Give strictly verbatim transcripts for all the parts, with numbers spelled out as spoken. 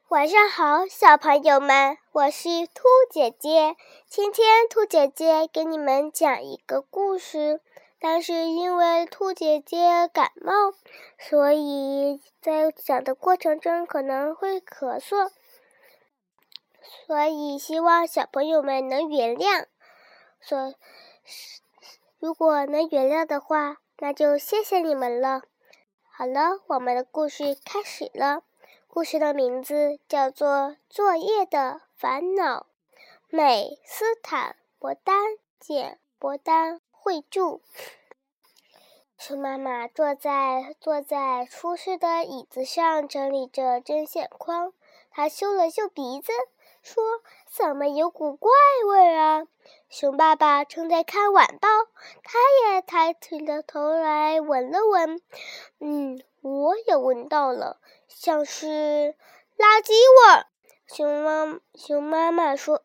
晚上好，小朋友们，我是兔姐姐。今天兔姐姐给你们讲一个故事，但是因为兔姐姐感冒，所以在讲的过程中可能会咳嗽，所以希望小朋友们能原谅。所如果能原谅的话，那就谢谢你们了。好了，我们的故事开始了。故事的名字叫做《作业的烦恼》，美斯坦伯丹简伯丹绘著。熊妈妈坐在坐在出事的椅子上，整理着针线筐。她嗅了嗅鼻子，说：“怎么有股怪味啊？”熊爸爸正在看晚报，他也抬起了头来闻了闻。嗯，我也闻到了，像是垃圾味儿。熊妈熊妈妈说：“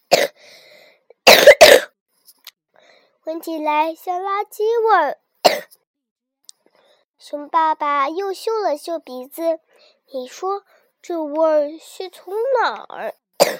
闻起来像垃圾味儿。”熊爸爸又嗅了嗅鼻子，你说这味儿是从哪儿？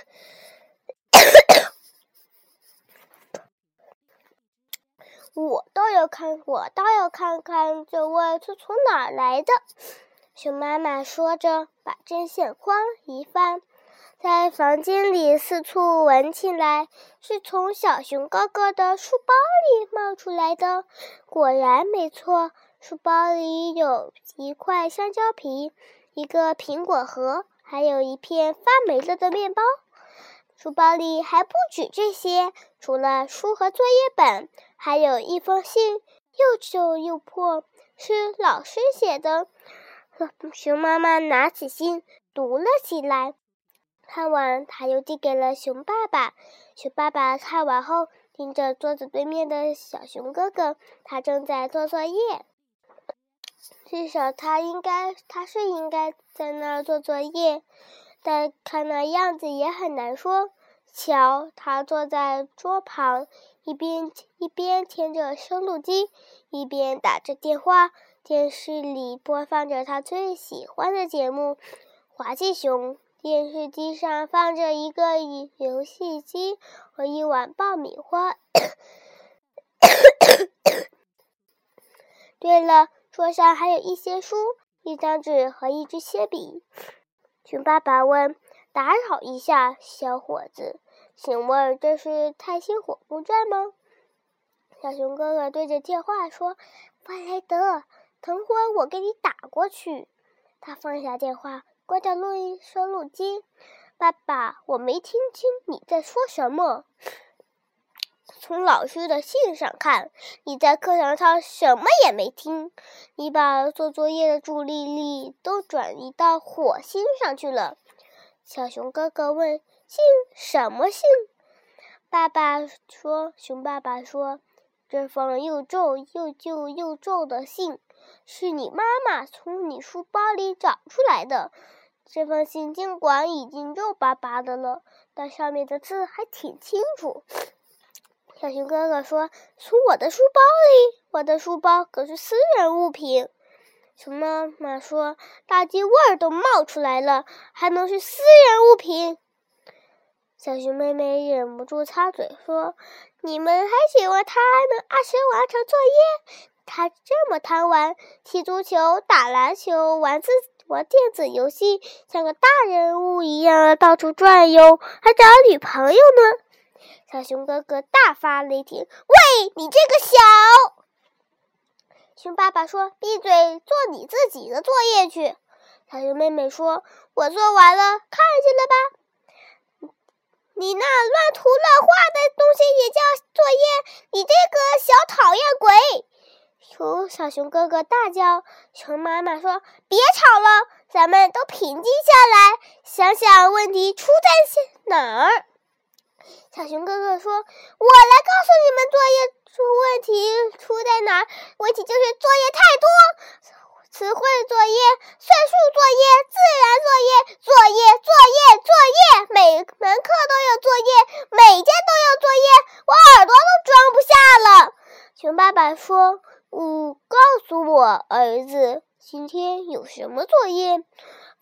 我倒要看，我倒要看看这味是从哪儿来的。熊妈妈说着，把针线筐一翻，在房间里四处闻起来，是从小熊哥哥的书包里冒出来的。果然没错，书包里有一块香蕉皮，一个苹果核，还有一片发霉了的面包。书包里还不止这些，除了书和作业本，还有一封信，又旧又破，是老师写的。熊妈妈拿起信读了起来，看完她又递给了熊爸爸。熊爸爸看完后，盯着桌子对面的小熊哥哥，他正在做作业。至少他应该，他是应该在那儿做作业，但看那样子也很难说。瞧，他坐在桌旁，一边一边听着收录机，一边打着电话。电视里播放着他最喜欢的节目《滑稽熊》，电视机上放着一个游戏机和一碗爆米花。对了，桌上还有一些书，一张纸和一支铅笔。熊爸爸问：“打扰一下，小伙子，请问这是泰星火布站吗？”小熊哥哥对着电话说：“弗雷德，等会儿我给你打过去。”他放下电话，关掉录音收录机。爸爸，我没听清你在说什么。从老师的信上看，你在课堂上什么也没听，你把做作业的注意力都转移到火星上去了。小熊哥哥问：“信？什么信？”爸爸说：“熊爸爸说，这封又皱又旧又皱的信，是你妈妈从你书包里找出来的。这封信尽管已经皱巴巴的了，但上面的字还挺清楚。”小熊哥哥说：“从我的书包里？我的书包可是私人物品。”熊妈妈说：“垃圾味儿都冒出来了，还能是私人物品？”小熊妹妹忍不住插嘴说：“你们还指望他能按时完成作业？他这么贪玩，踢足球、打篮球、玩自玩电子游戏，像个大人物一样到处转悠，还找女朋友呢。”小熊哥哥大发雷霆：“喂，你这个小……”熊爸爸说：“闭嘴，做你自己的作业去。”小熊妹妹说：“我做完了，看见了吧？你那乱涂乱画的东西也叫作业，你这个小讨厌鬼！”熊小熊哥哥大叫。熊妈妈说：“别吵了，咱们都平静下来，想想问题出在哪儿。”小熊哥哥说：“我来告诉你们作业出问题出在哪儿，问题就是作业太多，词汇作业、算术作业、自然作业、作业作业作业，每门课都有作业，每天都有作业，我耳朵都装不下了。”熊爸爸说：“嗯，告诉我，儿子，今天有什么作业？”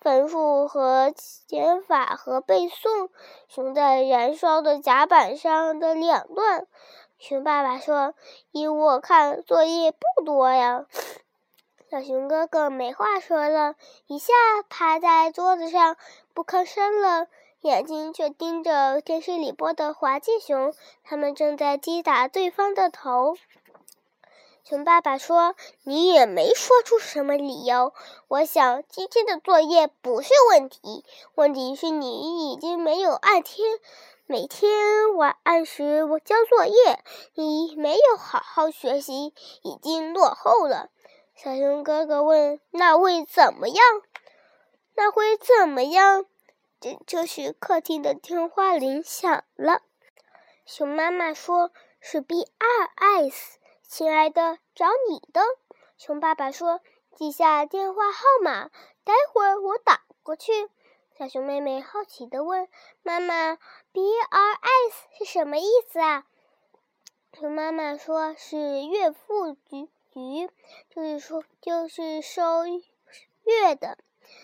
分数和减法和背诵，熊在燃烧的甲板上的两端。熊爸爸说：“依我看，作业不多呀。”小熊哥哥没话说了，一下趴在桌子上不吭声了，眼睛却盯着电视里播的滑稽熊，他们正在击打对方的头。熊爸爸说：“你也没说出什么理由，我想今天的作业不是问题，问题是你已经没有按天每天晚按时我交作业，你没有好好学习，已经落后了。”小熊哥哥问：“那会怎么样？”那会怎么样？这这时客厅的电话铃响了。熊妈妈说：“是 B 二 S， 亲爱的，找你的。”熊爸爸说：“记下电话号码，待会儿我打过去。”小熊妹妹好奇地问：“妈妈 ，B 二 S 是什么意思啊？”熊妈妈说：“是月付局。”鱼就是说，就是收月的。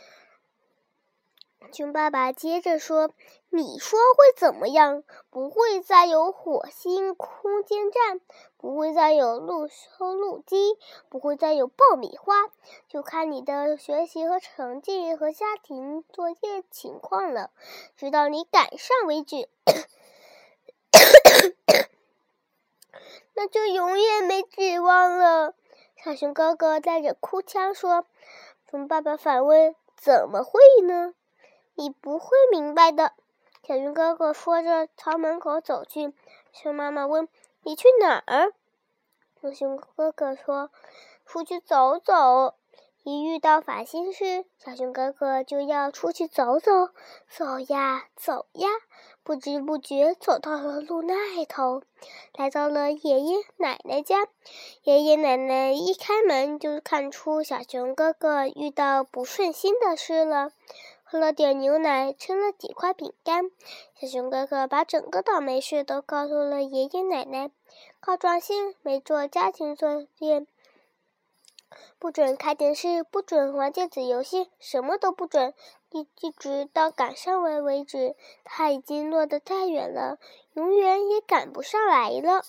熊爸爸接着说：“你说会怎么样？不会再有火星空间站，不会再有路收录机，不会再有爆米花，就看你的学习和成绩和家庭作业情况了，直到你赶上为止。”那就永远没指望了。小熊哥哥带着哭腔说。熊爸爸反问：“怎么会呢？你不会明白的。”小熊哥哥说着朝门口走去。熊妈妈问：“你去哪儿？”小熊哥哥说：“出去走走。”一遇到烦心事，小熊哥哥就要出去走走，走呀走呀，不知不觉走到了路那头，来到了爷爷奶奶家。爷爷奶奶一开门就看出小熊哥哥遇到不顺心的事了，喝了点牛奶，吃了几块饼干。小熊哥哥把整个倒霉事都告诉了爷爷奶奶，告状信，没做家庭作业，不准开电视，不准玩电子游戏，什么都不准，一一直到赶上为为止。他已经落得太远了，永远也赶不上来了。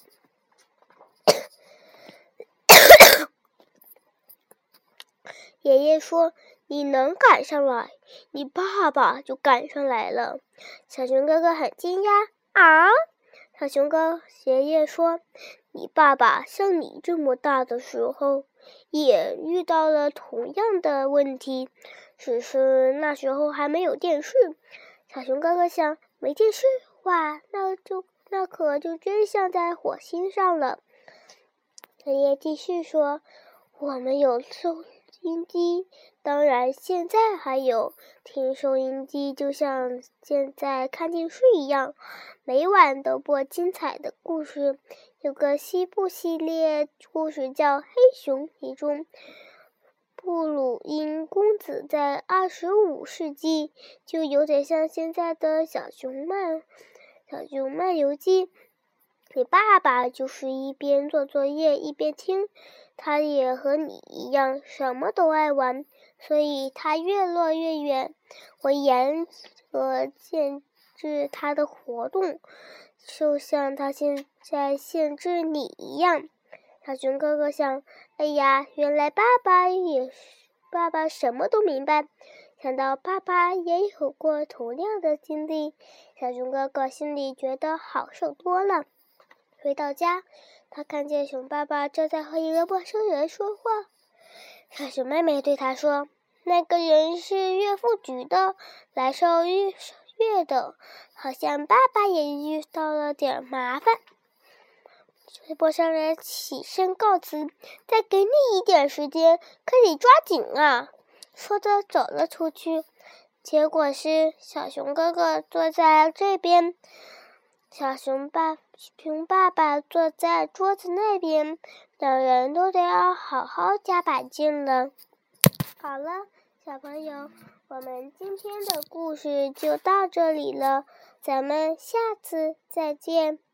爷爷说：“你能赶上来，你爸爸就赶上来了。”小熊哥哥很惊讶啊！小熊哥爷爷说：“你爸爸像你这么大的时候，也遇到了同样的问题，只是那时候还没有电视。”小熊哥哥想，没电视，哇，那就那可就真像在火星上了。爷爷继续说：“我们有收音机，当然现在还有。听收音机就像现在看电视一样，每晚都播精彩的故事。有个西部系列故事叫《黑熊》，其中布鲁因公子在二十五世纪就有点像现在的小熊漫小熊漫游记。你爸爸就是一边做作业一边听，他也和你一样什么都爱玩，所以他越落越远。我严格限制他的活动，就像他现在限制你一样。”小熊哥哥想，哎呀，原来爸爸也是爸爸什么都明白。想到爸爸也有过同样的经历，小熊哥哥心里觉得好受多了。回到家，他看见熊爸爸正在和一个陌生人说话。小熊妹妹对他说：“那个人是月付局的，来收月月的，好像爸爸也遇到了点麻烦。”陌生人起身告辞：“再给你一点时间，可得抓紧啊！”说着走了出去。结果是小熊哥哥坐在这边，小熊爸熊爸爸坐在桌子那边，两人都得要好好加把劲了。好了，小朋友，我们今天的故事就到这里了，咱们下次再见。